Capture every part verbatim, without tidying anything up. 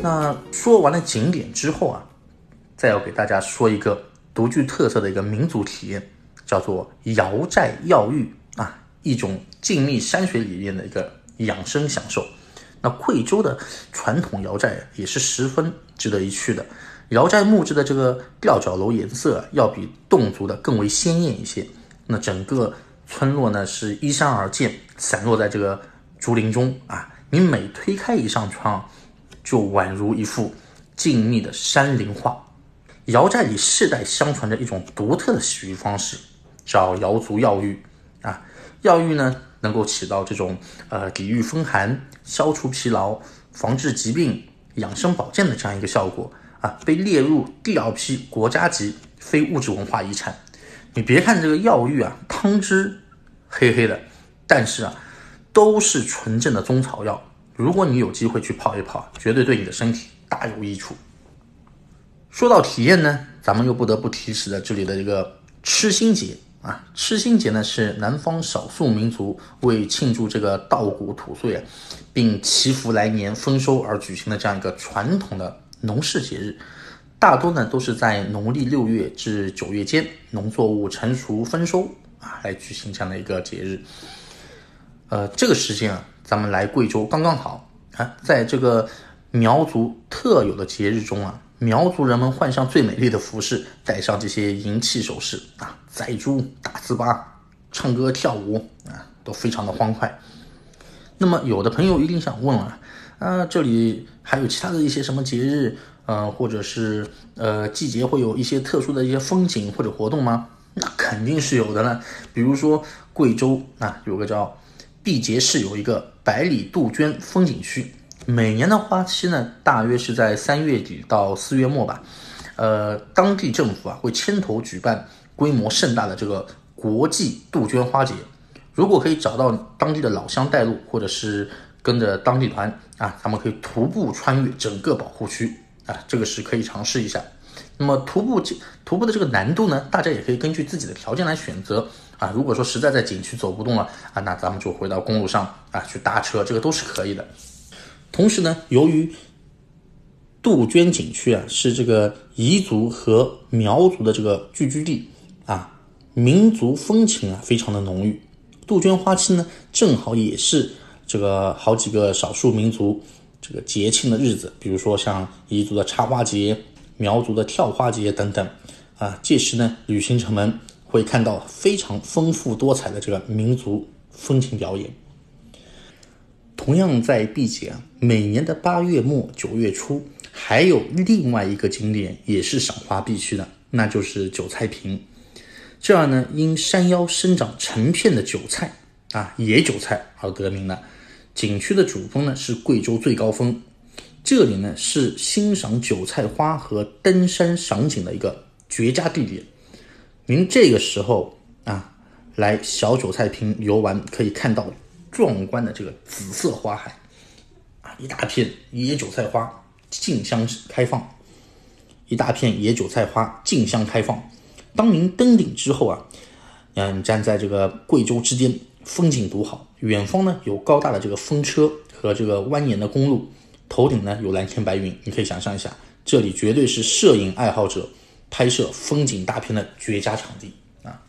那说完了景点之后啊，再要给大家说一个独具特色的一个民族体验，叫做瑶寨药浴啊，一种静谧山水里面的一个养生享受。那贵州的传统瑶寨也是十分值得一去的。瑶寨木质的这个吊脚楼颜色要比侗族的更为鲜艳一些。那整个村落呢是依山而建，散落在这个竹林中啊。你每推开一扇窗，就宛如一幅静谧的山林画。瑶寨里世代相传着一种独特的洗浴方式，叫瑶族药浴啊。药浴呢能够起到这种呃抵御风寒、消除疲劳、防治疾病、养生保健的这样一个效果啊，被列入第二批国家级非物质文化遗产。你别看这个药浴啊，汤汁黑黑的，但是啊，都是纯正的中草药。如果你有机会去泡一泡，绝对对你的身体大有益处。说到体验呢，咱们又不得不提起了这里的这个吃心节啊。吃心节呢是南方少数民族为庆祝这个稻谷土穗啊，并祈福来年丰收而举行的这样一个传统的农事节日。大多呢都是在农历六月至九月间，农作物成熟丰收啊，来举行这样的一个节日。呃，这个时间啊，咱们来贵州刚刚好啊，在这个苗族特有的节日中啊，苗族人们换上最美丽的服饰，戴上这些银器首饰啊，宰猪、打糍粑、唱歌跳舞啊，都非常的欢快。那么有的朋友一定想问了啊，这里还有其他的一些什么节日？呃，或者是呃季节会有一些特殊的一些风景或者活动吗？那肯定是有的呢。比如说贵州啊，有个叫毕节市有一个百里杜鹃风景区，每年的花期呢，大约是在三月底到四月末吧。呃，当地政府啊会牵头举办规模盛大的这个国际杜鹃花节。如果可以找到当地的老乡带路，或者是跟着当地团啊，咱们可以徒步穿越整个保护区。啊，这个是可以尝试一下。那么徒步徒步的这个难度呢，大家也可以根据自己的条件来选择啊。如果说实在在景区走不动了啊，那咱们就回到公路上啊去搭车，这个都是可以的。同时呢，由于杜鹃景区啊是这个彝族和苗族的这个聚居地啊，民族风情啊非常的浓郁。杜鹃花期呢，正好也是这个好几个少数民族这个节庆的日子，比如说像彝族的插花节、苗族的跳花节等等啊。届时呢，旅行者们会看到非常丰富多彩的这个民族风情表演。同样在毕节啊，每年的八月末九月初，还有另外一个景点也是赏花必去的，那就是韭菜坪。这儿呢，因山腰生长成片的韭菜啊，野韭菜而得名了。景区的主峰呢是贵州最高峰，这里呢是欣赏韭菜花和登山赏景的一个绝佳地点。您这个时候啊来小韭菜坪游玩，可以看到壮观的这个紫色花海啊，一大片野韭菜花竞相开放，一大片野韭菜花竞相开放。当您登顶之后啊，嗯，站在这个贵州之巅，风景独好，远方呢有高大的这个风车和这个蜿蜒的公路，头顶呢有蓝天白云。你可以想象一下，这里绝对是摄影爱好者拍摄风景大片的绝佳场地啊。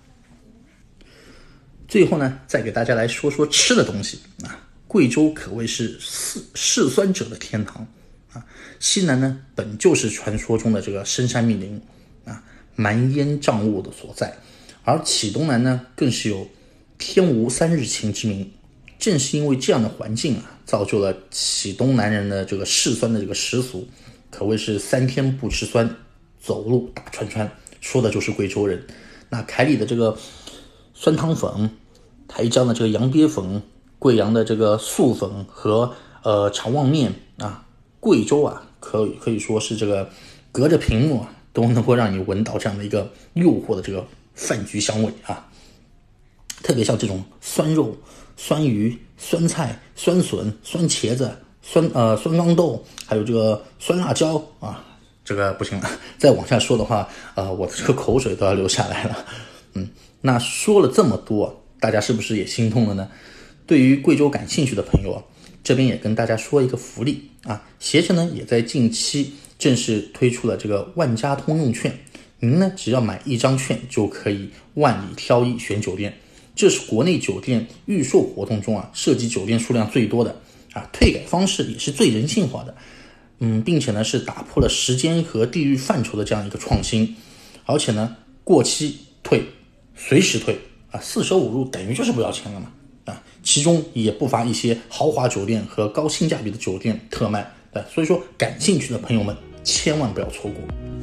最后呢，再给大家来说说吃的东西啊。贵州可谓是嗜酸者的天堂啊。西南呢本就是传说中的这个深山密林啊，蛮烟瘴雾的所在，而启东南呢更是有天无三日晴之名。正是因为这样的环境啊，造就了启东南人的这个嗜酸的这个习俗，可谓是三天不吃酸，走路打串串，说的就是贵州人。那凯里的这个酸汤粉，台江的这个羊瘪粉，贵阳的这个素粉和呃肠旺面啊，贵州啊可以可以说是这个隔着屏幕啊都能够让你闻到这样的一个诱惑的这个饭局香味啊。特别像这种酸肉、酸鱼、酸菜、酸笋、酸茄子、酸呃酸豇豆，还有这个酸辣椒啊，这个不行了，再往下说的话，呃，我的这个口水都要流下来了。嗯，那说了这么多，大家是不是也心痛了呢？对于贵州感兴趣的朋友啊， 这边也跟大家说一个福利啊，携程呢也在近期正式推出了这个万家通用券，您呢只要买一张券就可以万里挑一选酒店，这是国内酒店预售活动中啊涉及酒店数量最多的啊，退改方式也是最人性化的，嗯，并且呢是打破了时间和地域范畴的这样一个创新，而且呢过期退，随时退啊，四舍五入等于就是不要钱了嘛啊，其中也不乏一些豪华酒店和高性价比的酒店特卖，啊，所以说感兴趣的朋友们千万不要错过。